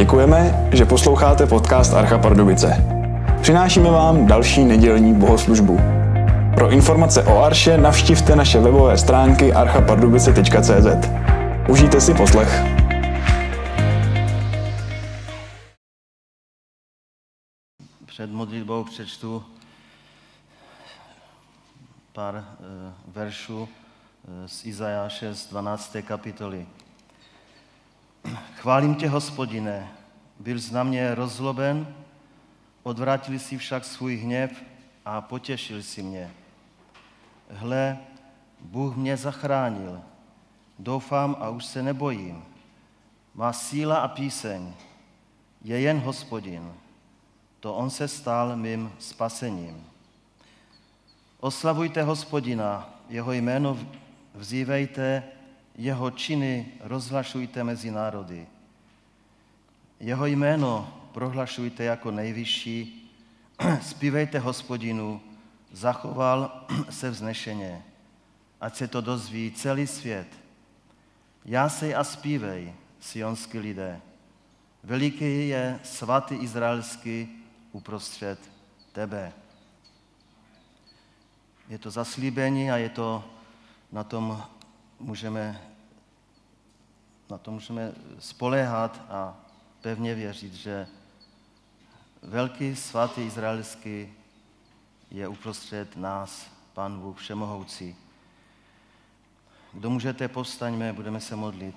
Děkujeme, že posloucháte podcast Archa Pardubice. Přinášíme vám další nedělní bohoslužbu. Pro informace o Arše navštivte naše webové stránky archapardubice.cz. Užijte si poslech. Před modlitbou přečtu pár veršů z Izajáše z 12. kapitoly. Chválím tě, Hospodine, byl jsi na mě rozzloben, odvrátil jsi však svůj hněv a potěšil jsi mě. Hle, Bůh mě zachránil, doufám a už se nebojím. Má síla a píseň je jen Hospodin, to on se stal mým spasením. Oslavujte Hospodina, jeho jméno vzývejte, jeho činy rozhlašujte mezi národy. Jeho jméno prohlašujte jako nejvyšší, zpívejte Hospodinu, zachoval se vznešeně, ať se to dozví celý svět. Jásej a zpívej, sionský lidé, veliký je svatý izraelský uprostřed tebe. Je to zaslíbení a na tom můžeme spoléhat a pevně věřit, že velký svatý izraelský je uprostřed nás, Pán Bůh všemohoucí. Kdo můžete, povstaňme, budeme se modlit.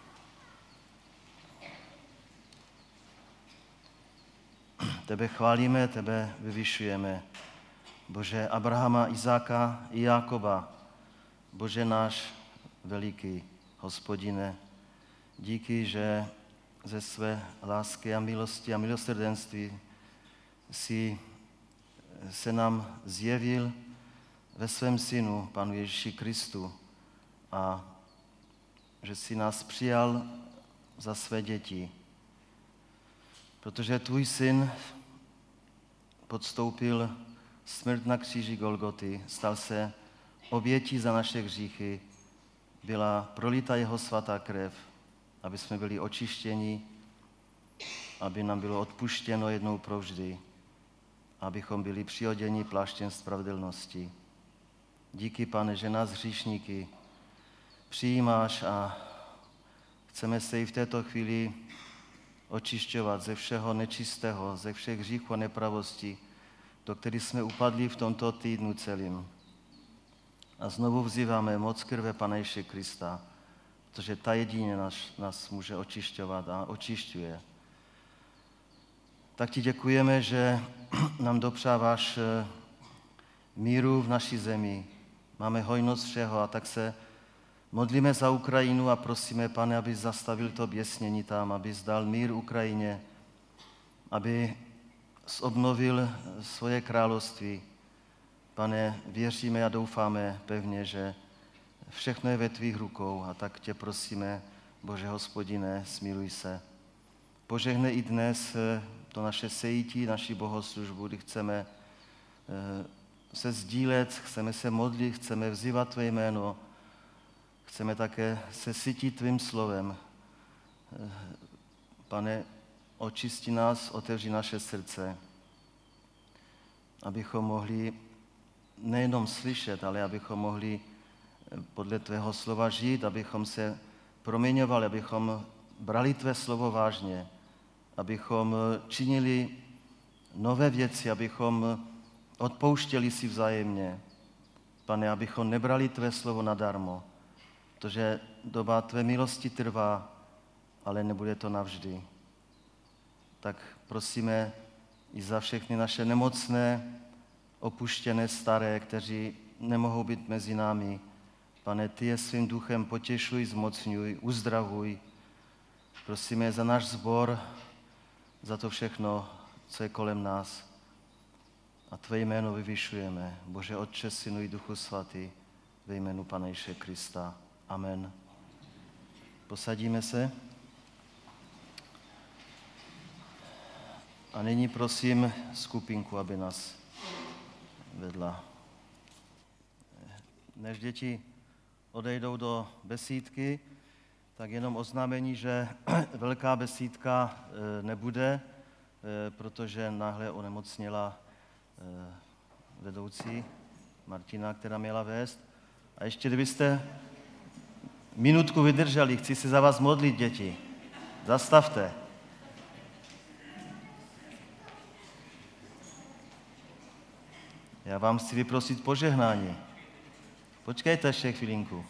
Tebe chválíme, tebe vyvyšujeme. Bože Abrahama, Izáka i Jákoba, Bože náš veliký Hospodine, díky, že ze své lásky a milosti a milosrdenství si se nám zjevil ve svém Synu, Panu Ježíši Kristu, a že si nás přijal za své děti. Protože tvůj Syn podstoupil smrt na kříži Golgoty, stal se obětí za naše hříchy, byla prolita jeho svatá krev, aby jsme byli očištěni, aby nám bylo odpuštěno jednou provždy, abychom byli přioděni pláštěm spravedlnosti. Díky, Pane, že nás hříšníky přijímáš a chceme se i v této chvíli očišťovat ze všeho nečistého, ze všech hříchů a nepravostí, do kterých jsme upadli v tomto týdnu celým. A znovu vzýváme moc krve Pana Ježíše Krista, protože ta jedině nás může očišťovat a očišťuje. Tak ti děkujeme, že nám dopřáváš míru v naší zemi. Máme hojnost všeho a tak se modlíme za Ukrajinu a prosíme, Pane, aby zastavil to běsnění tam, aby dal mír Ukrajině, aby obnovil svoje království. Pane, věříme a doufáme pevně, že všechno je ve tvých rukou a tak tě prosíme, Bože Hospodine, smiluj se. Požehnej i dnes to naše sejítí, naši bohoslužbu, kdy chceme se sdílet, chceme se modlit, chceme vzývat tvé jméno, chceme také se sytit tvým slovem. Pane, očisti nás, otevři naše srdce, abychom mohli nejenom slyšet, ale abychom mohli podle tvého slova žít, abychom se proměňovali, abychom brali tvé slovo vážně, abychom činili nové věci, abychom odpouštěli si vzájemně. Pane, abychom nebrali tvé slovo nadarmo, protože doba tvé milosti trvá, ale nebude to navždy. Tak prosíme i za všechny naše nemocné, opuštěné staré, kteří nemohou být mezi námi. Pane, ty je svým duchem potěšuj, zmocňuj, uzdravuj. Prosíme za náš sbor, za to všechno, co je kolem nás. A tvé jméno vyvyšujeme. Bože Otče, Synu i Duchu Svatý, ve jménu Pana Ježíše Krista. Amen. Posadíme se. A nyní prosím skupinku, aby nás vedla. Než děti odejdou do besídky, Tak jenom oznámení, že velká besídka nebude, protože náhle onemocněla vedoucí Martina, která měla vést. A ještě kdybyste minutku vydrželi, chci se za vás modlit, děti. Zastavte. Já vám chci vyprosit požehnání. Počkejte ještě chvilinku.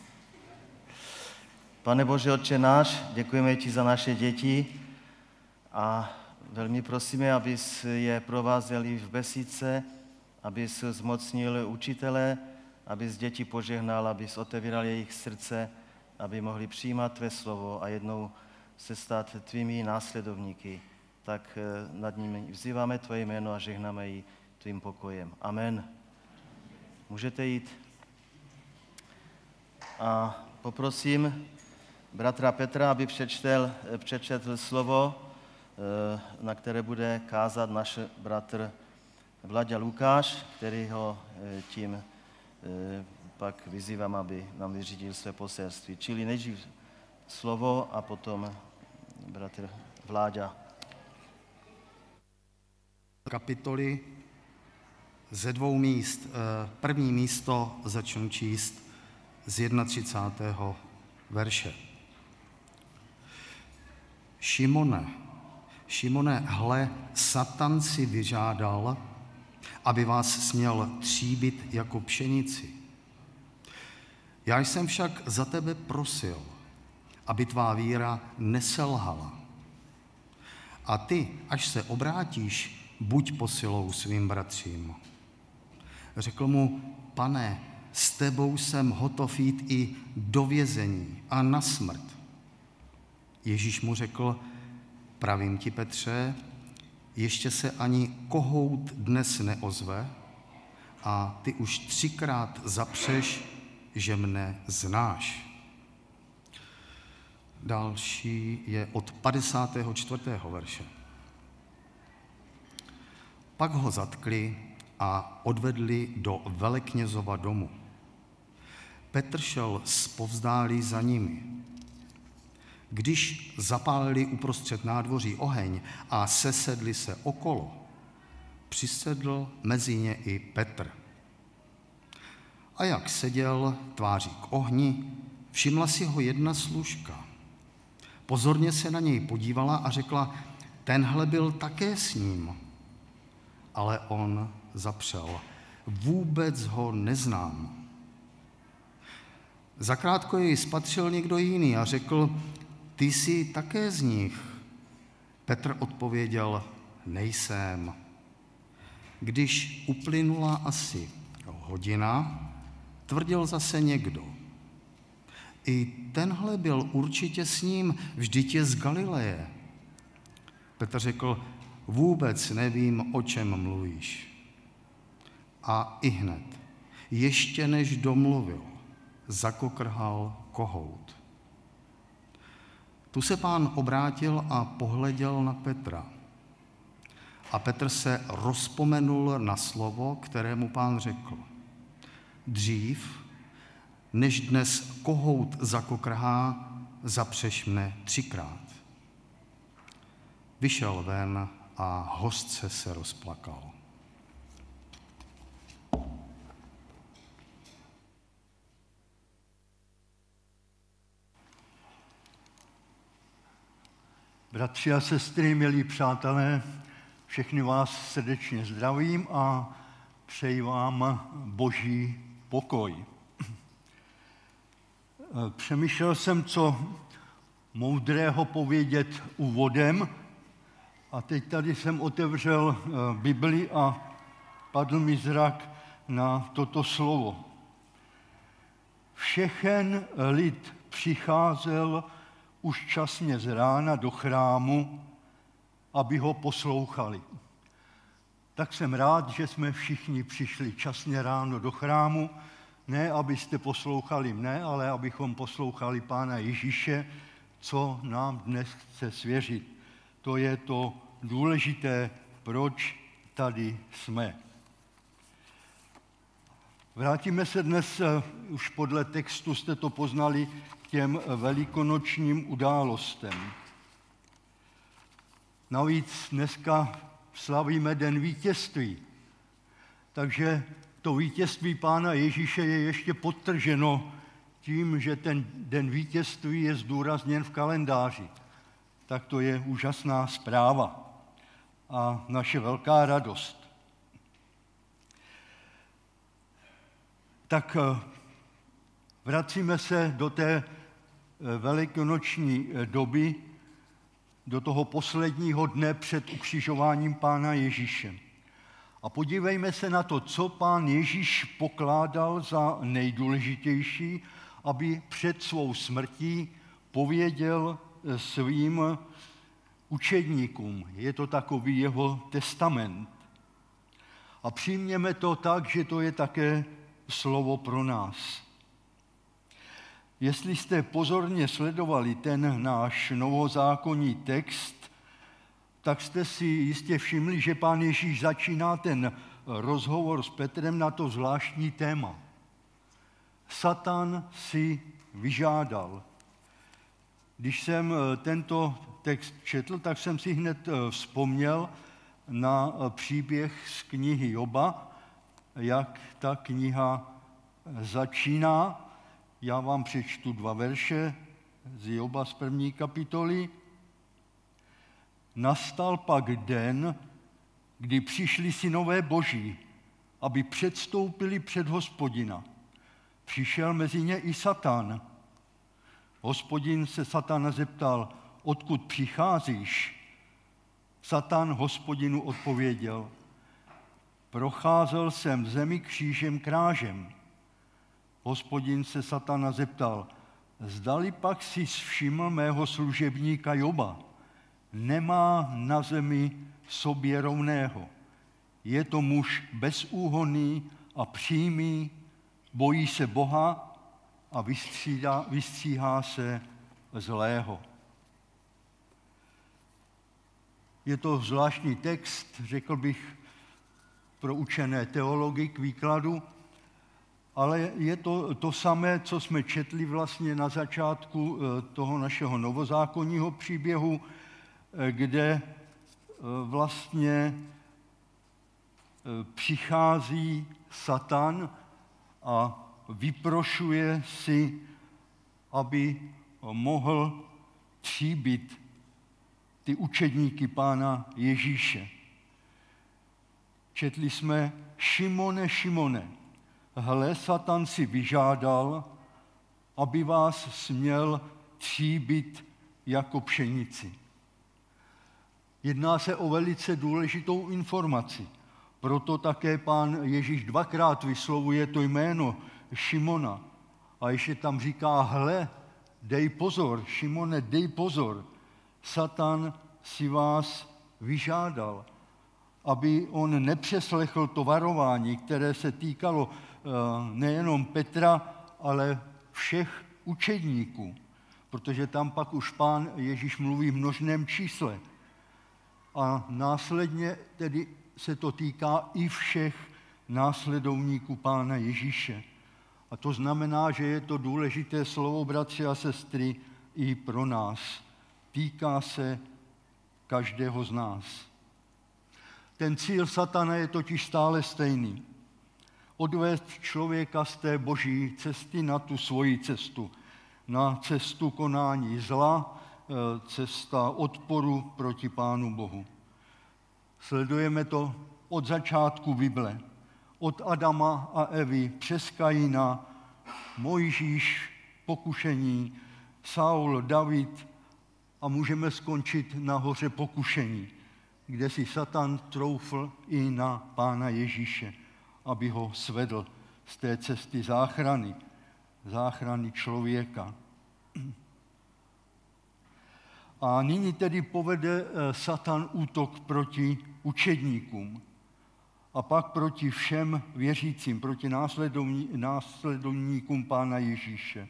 Pane Bože, Otče náš, děkujeme ti za naše děti a velmi prosíme, abys je provázeli v besídce, abys zmocnil učitele, abys děti požehnal, abys otevíral jejich srdce, aby mohli přijímat tvé slovo a jednou se stát tvými následovníky. Tak nad nimi vzýváme tvoje jméno a žehnáme ji tvým pokojem. Amen. Můžete jít. A poprosím bratra Petra, aby přečetl slovo, na které bude kázat náš bratr Vláďa Lukáš, který ho tím pak vyzývám, aby nám vyřídil své poselství. Čili nejdřív slovo a potom bratr Vláďa. Kapitoly ze 2 míst. První místo začnu číst z 31. verše. Šimone, hle, Satan si vyžádal, aby vás směl tříbit jako pšenici. Já jsem však za tebe prosil, aby tvá víra neselhala. A ty, až se obrátíš, buď posilou svým bratřím. Řekl mu, Pane, s tebou jsem hotov jít i do vězení a na smrt. Ježíš mu řekl, pravím ti, Petře, ještě se ani kohout dnes neozve a ty už 3krát zapřeš, že mne znáš. Další je od 54. verše. Pak ho zatkli a odvedli do veleknězova domu. Petr šel zpovzdálí za nimi. Když zapálili uprostřed nádvoří oheň a sesedli se okolo, přisedl mezi ně i Petr. A jak seděl tváří k ohni, všimla si ho jedna služka. Pozorně se na něj podívala a řekla, tenhle byl také s ním. Ale on zapřel, vůbec ho neznám. Zakrátko jej spatřil někdo jiný a řekl, ty jsi také z nich. Petr odpověděl, nejsem. Když uplynula asi hodina, tvrdil zase někdo. I tenhle byl určitě s ním, vždyť je z Galileje. Petr řekl, vůbec nevím, o čem mluvíš. A ihned, ještě než domluvil, zakokrhal kohout. Tu se Pán obrátil a pohleděl na Petra. A Petr se rozpomenul na slovo, které mu Pán řekl. Dřív, než dnes kohout zakokrhá, zapřeš mne 3krát. Vyšel ven a hořce se rozplakal. Bratři a sestry, milí přátelé, všechny vás srdečně zdravím a přeji vám Boží pokoj. Přemýšlel jsem, co moudrého povědět úvodem a teď tady jsem otevřel Bibli a padl mi zrak na toto slovo. Všechen lid přicházel už časně z rána do chrámu, aby ho poslouchali. Tak jsem rád, že jsme všichni přišli časně ráno do chrámu, ne abyste poslouchali mne, ale abychom poslouchali Pána Ježíše, co nám dnes chce svěřit. To je to důležité, proč tady jsme. Vrátíme se dnes, už podle textu jste to poznali, těm velikonočním událostem. Navíc dneska slavíme Den vítězství, takže to vítězství Pána Ježíše je ještě podtrženo tím, že ten Den vítězství je zdůrazněn v kalendáři. Tak to je úžasná zpráva a naše velká radost. Tak vracíme se do té velikonoční doby, do toho posledního dne před ukřižováním Pána Ježíše. A podívejme se na to, co Pán Ježíš pokládal za nejdůležitější, aby před svou smrtí pověděl svým učedníkům. Je to takový jeho testament. A přijměme to tak, že to je také slovo pro nás. Jestli jste pozorně sledovali ten náš novozákonní text, tak jste si jistě všimli, že Pán Ježíš začíná ten rozhovor s Petrem na to zvláštní téma. Satan si vyžádal. Když jsem tento text četl, tak jsem si hned vzpomněl na příběh z knihy Joba, jak ta kniha začíná. Já vám přečtu 2 verše z Joba z 1. kapitoly. Nastal pak den, kdy přišli synové Boží, aby předstoupili před Hospodina. Přišel mezi ně i Satan. Hospodin se Satana zeptal, odkud přicházíš? Satan Hospodinu odpověděl, procházel jsem zemi křížem krážem. Hospodin se Satana zeptal, zdali pak si všiml mého služebníka Joba? Nemá na zemi sobě rovného. Je to muž bezúhonný a přímý, bojí se Boha a vystříhá se zlého. Je to zvláštní text, řekl bych, pro učené teology k výkladu, ale je to samé, co jsme četli vlastně na začátku toho našeho novozákonního příběhu, kde vlastně přichází Satan a vyprošuje si, aby mohl tříbit ty učedníky Pána Ježíše. Četli jsme, Šimone, Šimone, hle, Satan si vyžádal, aby vás směl tříbit jako pšenici. Jedná se o velice důležitou informaci. Proto také Pán Ježíš 2krát vyslovuje to jméno Šimona. A ještě tam říká, hle, dej pozor, Šimone, dej pozor. Satan si vás vyžádal, aby on nepřeslechl to varování, které se týkalo nejenom Petra, ale všech učedníků. Protože tam pak už Pán Ježíš mluví v množném čísle. A následně tedy se to týká i všech následovníků Pána Ježíše. A to znamená, že je to důležité slovo, bratři a sestry, i pro nás. Týká se každého z nás. Ten cíl Satana je totiž stále stejný. Odvést člověka z té boží cesty na tu svoji cestu. Na cestu konání zla, cesta odporu proti Pánu Bohu. Sledujeme to od začátku Bible. Od Adama a Evy přes Kaina, Mojžíš, pokušení, Saul, David a můžeme skončit na hoře pokušení, kde si Satan troufl i na Pána Ježíše, aby ho svedl z té cesty záchrany člověka. A nyní tedy povede Satan útok proti učedníkům a pak proti všem věřícím, proti následovníkům Pána Ježíše.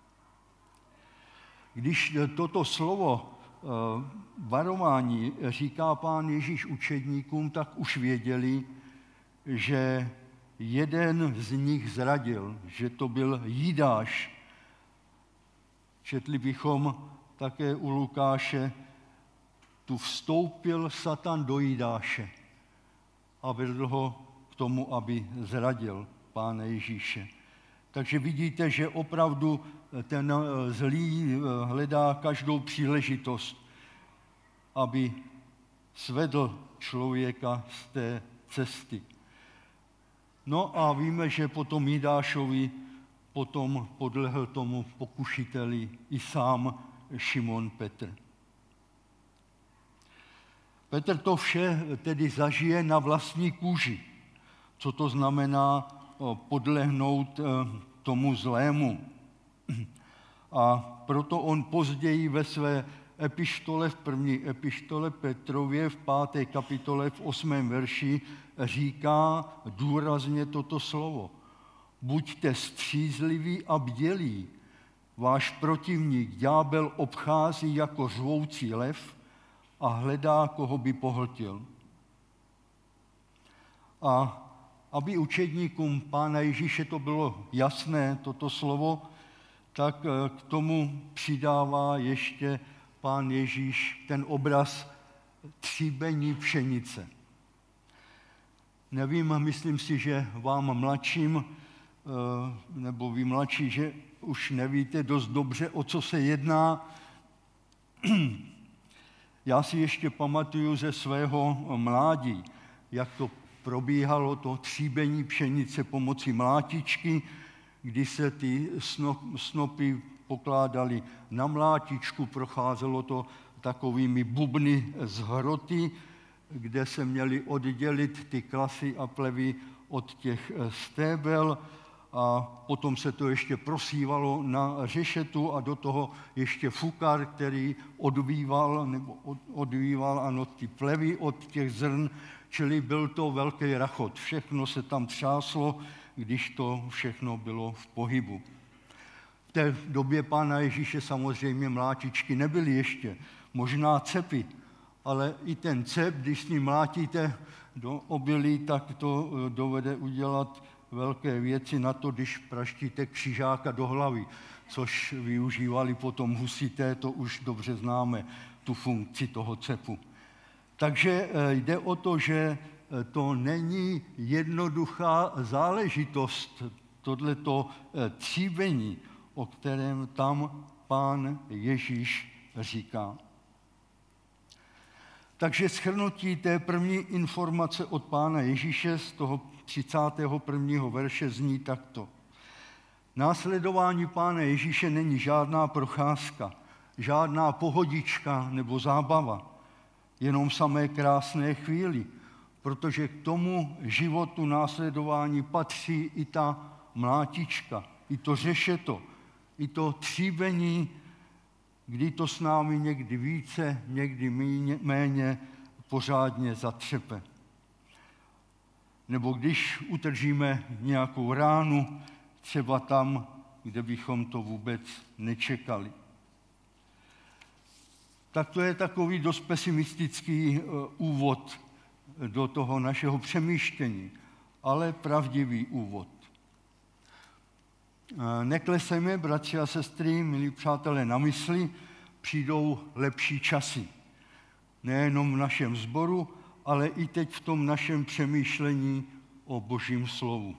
Když toto slovo varování říká Pán Ježíš učedníkům, tak už věděli, že jeden z nich zradil, že to byl Jidáš. Četli bychom také u Lukáše, tu vstoupil Satan do Jidáše a vedl ho k tomu, aby zradil Pána Ježíše. Takže vidíte, že opravdu ten zlý hledá každou příležitost, aby svedl člověka z té cesty. No a víme, že potom Jidášovi potom podlehl tomu pokušiteli i sám Šimon Petr. Petr to vše tedy zažije na vlastní kůži. Co to znamená podlehnout tomu zlému. A proto on později ve své epištole, v první epištole Petrově, v 5. kapitole, v 8. verši, říká důrazně toto slovo. Buďte střízliví a bdělí. Váš protivník, ďábel, obchází jako řvoucí lev a hledá, koho by pohltil. A aby učedníkům Pána Ježíše to bylo jasné, toto slovo, tak k tomu přidává ještě Pán Ježíš ten obraz tříbení pšenice. Nevím, myslím si, že vám mladším, nebo vy mladší, že už nevíte dost dobře, o co se jedná. Já si ještě pamatuju ze svého mládí, jak to probíhalo, to tříbení pšenice pomocí mlátičky, kdy se ty snopy pokládaly na mlátičku, procházelo to takovými bubny z hroty, kde se měly oddělit ty klasy a plevy od těch stébel a potom se to ještě prosívalo na řešetu a do toho ještě fukar, který odvíval ty plevy od těch zrn, čili byl to velký rachot. Všechno se tam třáslo, když to všechno bylo v pohybu. V té době Pána Ježíše samozřejmě mlátičky nebyly ještě, možná cepy, ale i ten cep, když s ním mlátíte do obilí, tak to dovede udělat velké věci na to, když praštíte křižáka do hlavy, což využívali potom husité, to už dobře známe, tu funkci toho cepu. Takže jde o to, že to není jednoduchá záležitost, tohleto tříbení, o kterém tam Pán Ježíš říká. Takže shrnutí té první informace od Pána Ježíše z toho 31. verše zní takto. Následování Pána Ježíše není žádná procházka, žádná pohodička nebo zábava, jenom samé krásné chvíli, protože k tomu životu následování patří i ta mlátička, i to řešeto, i to tříbení, kdy to s námi někdy více, někdy méně pořádně zatřepe. Nebo když utržíme nějakou ránu, třeba tam, kde bychom to vůbec nečekali. Tak to je takový dost pesimistický úvod do toho našeho přemýšlení, ale pravdivý úvod. Neklesejme, bratři a sestry, milí přátelé, na mysli, přijdou lepší časy. Nejenom v našem sboru, ale i teď v tom našem přemýšlení o Božím slovu.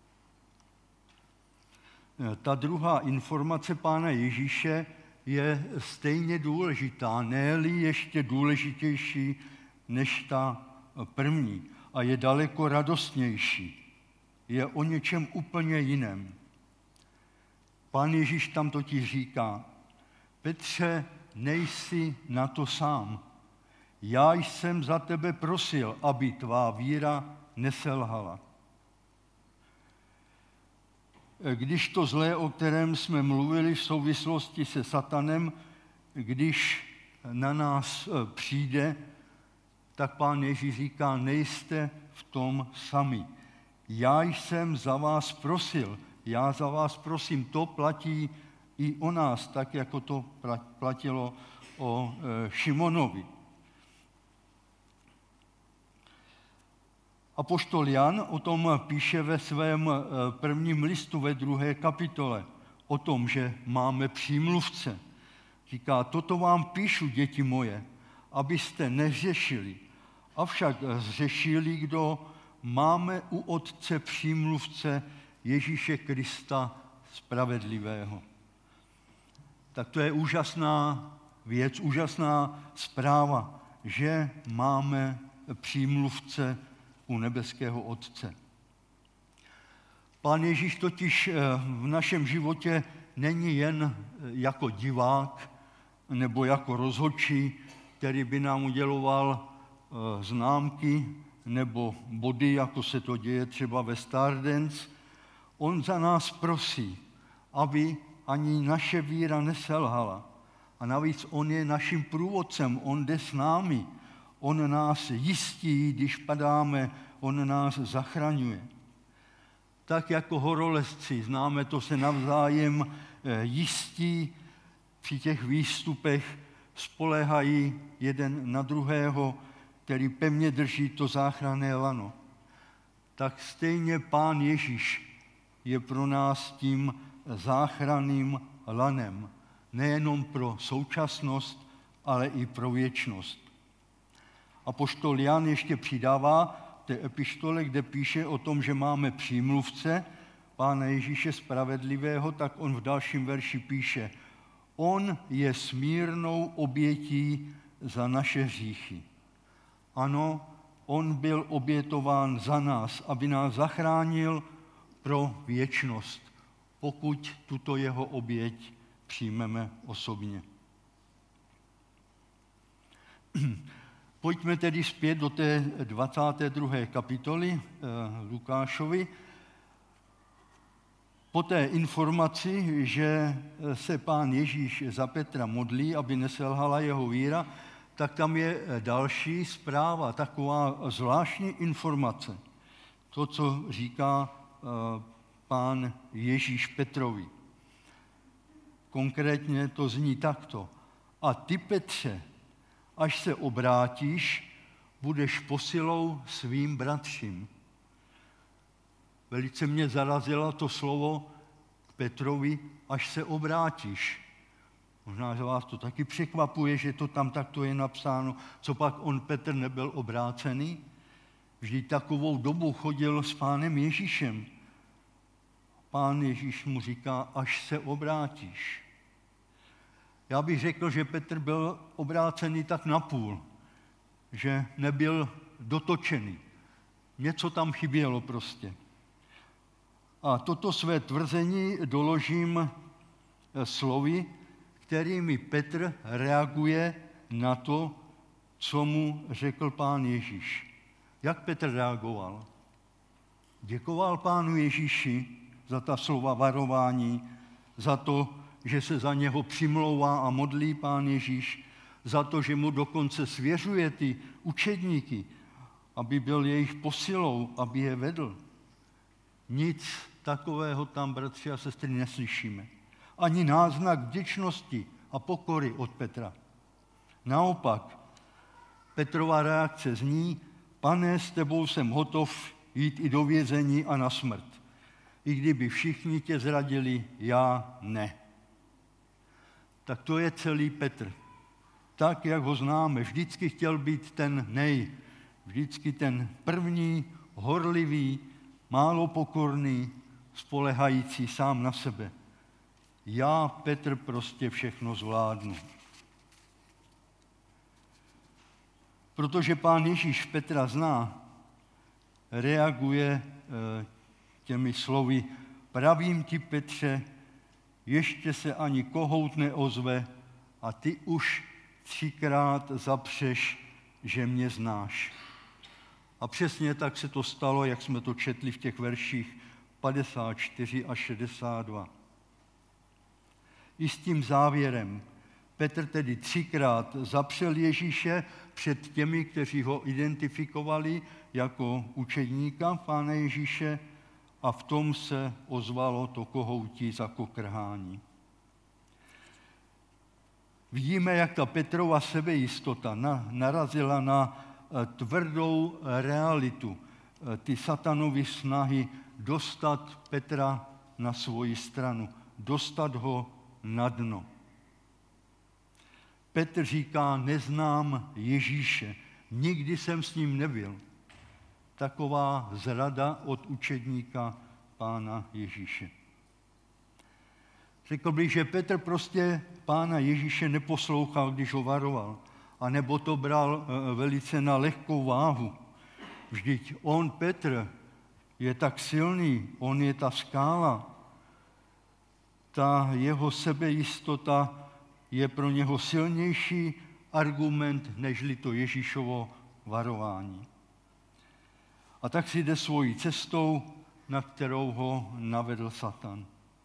Ta druhá informace Pána Ježíše je stejně důležitá, ne-li ještě důležitější než ta první a je daleko radostnější. Je o něčem úplně jiném. Pán Ježíš tam totiž říká, Petře, nejsi na to sám. Já jsem za tebe prosil, aby tvá víra neselhala. Když to zlé, o kterém jsme mluvili v souvislosti se Satanem, když na nás přijde, tak Pán Ježíš říká, nejste v tom sami. Já jsem za vás prosil, já za vás prosím, to platí i o nás, tak jako to platilo o Šimonovi. Apoštol Jan o tom píše ve svém prvním listu ve 2. kapitole. o tom, že máme přímluvce. Říká, toto vám píšu, děti moje, abyste neřešili. Avšak zřešili, kdo máme u Otce přímluvce Ježíše Krista spravedlivého. Tak to je úžasná věc, úžasná zpráva, že máme přímluvce u nebeského Otce. Pán Ježíš totiž v našem životě není jen jako divák nebo jako rozhodčí, který by nám uděloval známky nebo body, jako se to děje třeba ve Stardance. On za nás prosí, aby ani naše víra neselhala. A navíc on je naším průvodcem, on jde s námi. On nás jistí, když padáme, on nás zachraňuje. Tak jako horolezci, známe to, se navzájem jistí při těch výstupech, spoléhají jeden na druhého, který pevně drží to záchranné lano. Tak stejně Pán Ježíš je pro nás tím záchranným lanem. Nejenom pro současnost, ale i pro věčnost. Apoštol Jan ještě přidává té epištole, kde píše o tom, že máme přímluvce Pána Ježíše spravedlivého, tak on v dalším verši píše, on je smírnou obětí za naše hříchy. Ano, on byl obětován za nás, aby nás zachránil pro věčnost, pokud tuto jeho oběť přijmeme osobně. Pojďme tedy zpět do té 22. kapitoly Lukášovi. Po té informaci, že se Pán Ježíš za Petra modlí, aby neselhala jeho víra, tak tam je další zpráva, taková zvláštní informace. To, co říká Pán Ježíš Petrovi. Konkrétně to zní takto. A ty, Petře, až se obrátíš, budeš posilou svým bratřím. Velice mě zarazilo to slovo k Petrovi, až se obrátíš. Možná, že vás to taky překvapuje, že to tam takto je napsáno. Co pak on, Petr, nebyl obrácený? Vždyť takovou dobu chodil s Pánem Ježíšem. Pán Ježíš mu říká, až se obrátíš. Já bych řekl, že Petr byl obrácený tak napůl, že nebyl dotočený. Něco tam chybělo prostě. A toto své tvrzení doložím slovy, kterými Petr reaguje na to, co mu řekl Pán Ježíš. Jak Petr reagoval? Děkoval Pánu Ježíši za ta slova varování, za to, že se za něho přimlouvá a modlí Pán Ježíš, za to, že mu dokonce svěřuje ty učedníky, aby byl jejich posilou, aby je vedl. Nic takového tam, bratři a sestry, neslyšíme. Ani náznak vděčnosti a pokory od Petra. Naopak, Petrova reakce zní, Pane, s tebou jsem hotov jít i do vězení a na smrt. I kdyby všichni tě zradili, já ne. Tak to je celý Petr. Tak, jak ho známe, vždycky chtěl být ten vždycky ten první, horlivý, málo pokorný, spolehající sám na sebe. Já, Petr, prostě všechno zvládnu. Protože Pán Ježíš Petra zná, reaguje těmi slovy, pravím ti, Petře, ještě se ani kohout neozve a ty už 3krát zapřeš, že mě znáš. A přesně tak se to stalo, jak jsme to četli v těch verších 54 a 62. I s tím závěrem Petr tedy 3krát zapřel Ježíše před těmi, kteří ho identifikovali jako učedníka Pána Ježíše, a v tom se ozvalo to kohoutí zakokrhání. Vidíme, jak ta Petrova sebejistota narazila na tvrdou realitu, ty satanovy snahy dostat Petra na svoji stranu, dostat ho na dno. Petr říká, neznám Ježíše, nikdy jsem s ním nebyl. Taková zrada od učedníka Pána Ježíše. Řekl bych, že Petr prostě Pána Ježíše neposlouchal, když ho varoval, anebo to bral velice na lehkou váhu. Vždyť on, Petr, je tak silný, on je ta skála. Ta jeho sebejistota je pro něho silnější argument, nežli to Ježíšovo varování. A tak si jde svojí cestou, na kterou ho navedl Satan.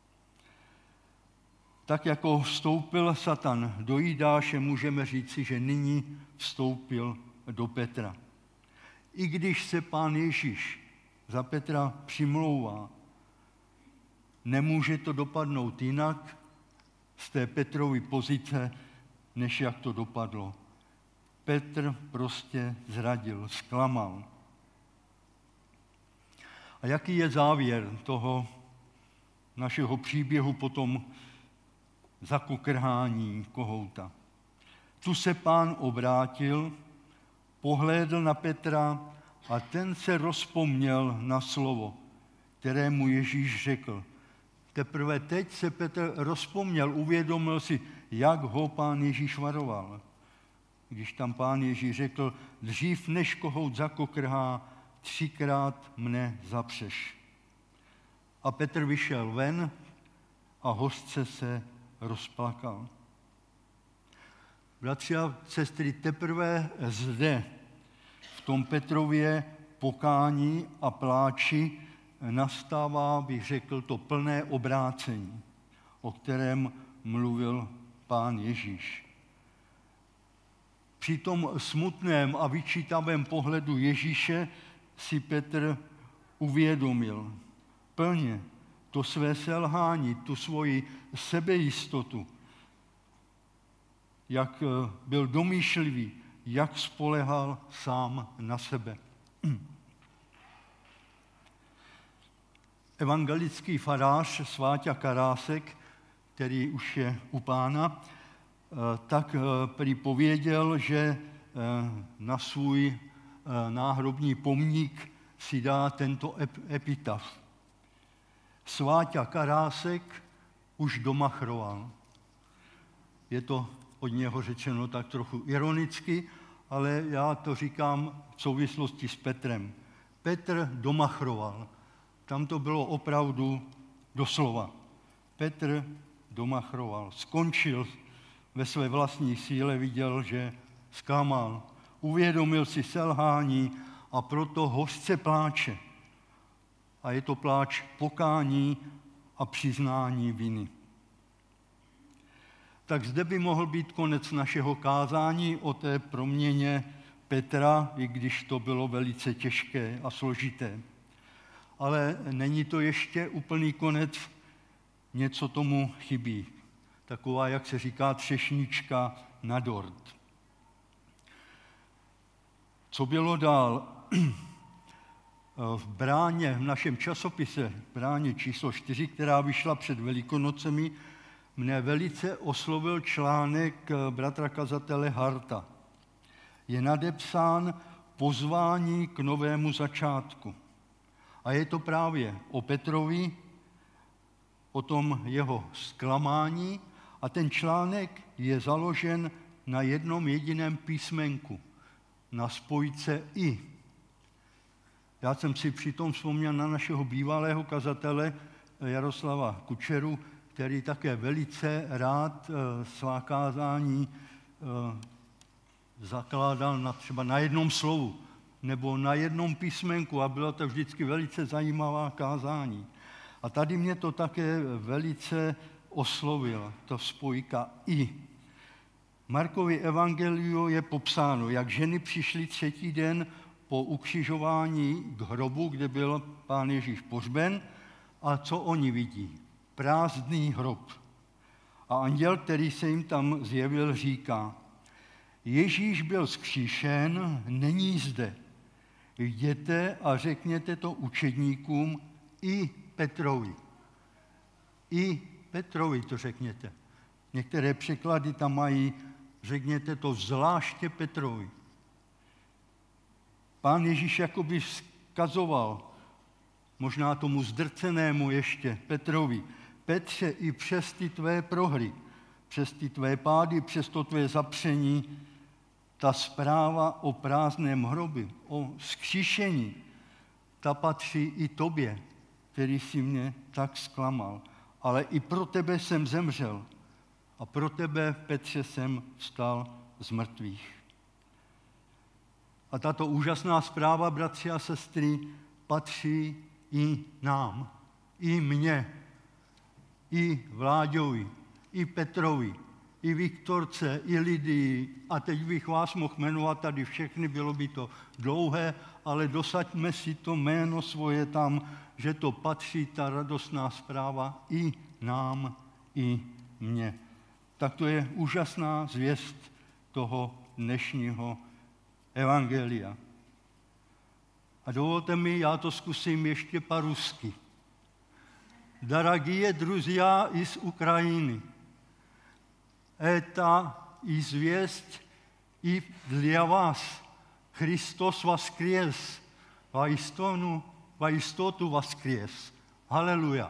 Tak jako vstoupil Satan do Jidáše, můžeme říci, že nyní vstoupil do Petra. I když se Pán Ježíš za Petra přimlouvá, nemůže to dopadnout jinak z té Petrovy pozice, než jak to dopadlo. Petr prostě zradil, zklamal. A jaký je závěr toho našeho příběhu po tom zakokrhání kohouta? Tu se Pán obrátil, pohlédl na Petra a ten se rozpomněl na slovo, které mu Ježíš řekl. Teprve teď se Petr rozpomněl, uvědomil si, jak ho Pán Ježíš varoval. Když tam Pán Ježíš řekl, dřív než kohout zakokrhá, 3krát mne zapřeš. A Petr vyšel ven a hořce se rozplakal. Bratři a sestry, teprve zde, v tom Petrově pokání a pláči, nastává, bych řekl, to plné obrácení, o kterém mluvil Pán Ježíš. Při tom smutném a vyčítavém pohledu Ježíše si Petr uvědomil plně to své selhání, tu svoji sebejistotu, jak byl domýšlivý, jak spolehal sám na sebe. Evangelický farář Sváťa Karásek, který už je u Pána, tak prý pověděl, že na svůj náhrobní pomník si dá tento epitaf. Sváťa Karásek už domachroval. Je to od něho řečeno tak trochu ironicky, ale já to říkám v souvislosti s Petrem. Petr domachroval. Tam to bylo opravdu doslova. Petr domachroval. Skončil ve své vlastní síle, viděl, že zklamal. Uvědomil si selhání a proto hořce pláče. A je to pláč pokání a přiznání viny. Tak zde by mohl být konec našeho kázání o té proměně Petra, i když to bylo velice těžké a složité. Ale není to ještě úplný konec, něco tomu chybí. Taková, jak se říká, třešnička na dort. Co bylo dál? V Bráně, v našem časopise, Bráně číslo 4, která vyšla před Velikonocemi, mne velice oslovil článek bratra kazatele Harta. Je nadepsán pozvání k novému začátku. A je to právě o Petrovi, o tom jeho zklamání a ten článek je založen na jednom jediném písmenku, na spojce I. Já jsem si přitom vzpomněl na našeho bývalého kazatele Jaroslava Kučeru, který také velice rád svá kázání zakládal třeba na jednom slovu nebo na jednom písmenku a bylo to vždycky velice zajímavá kázání. A tady mě to také velice oslovilo, to spojka I. Markovi evangeliu je popsáno, jak ženy přišly 3. den po ukřižování k hrobu, kde byl Pán Ježíš pohřben, a co oni vidí? Prázdný hrob. A anděl, který se jim tam zjevil, říká, Ježíš byl vzkříšen, není zde. Jděte a řekněte to učedníkům i Petrovi. I Petrovi to řekněte. Některé překlady tam mají, řekněte to zvláště Petrovi. Pán Ježíš jakoby vzkazoval, možná tomu zdrcenému ještě Petrovi, Petře, i přes ty tvé prohry, přes ty tvé pády, přes to tvé zapření, ta zpráva o prázdném hrobu, o vzkříšení, ta patří i tobě, který si mě tak zklamal. Ale i pro tebe jsem zemřel a pro tebe, Petře, jsem vstal z mrtvých. A tato úžasná zpráva, bratři a sestry, patří i nám, i mně, i Vláďovi, i Petrovi, i Viktorce, i Lidii. A teď bych vás mohl jmenovat tady všechny, bylo by to dlouhé, ale dosaďme si to jméno svoje tam, že to patří, ta radostná zpráva, i nám, i mně. Tak to je úžasná zvěst toho dnešního evangelia. A dovolte mi, já to zkusím ještě по-русски. Дорогие друзья из Украины, это известь и для вас. Христос воскрес, во истоту воскрес. Halleluja.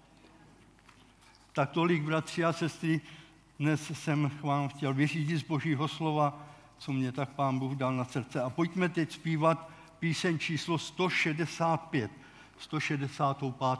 Tak tolik, bratři a sestry, dnes jsem vám chtěl vyřídit z Božího slova, co mě tak Pán Bůh dal na srdce. A pojďme teď zpívat píseň číslo 165, 165.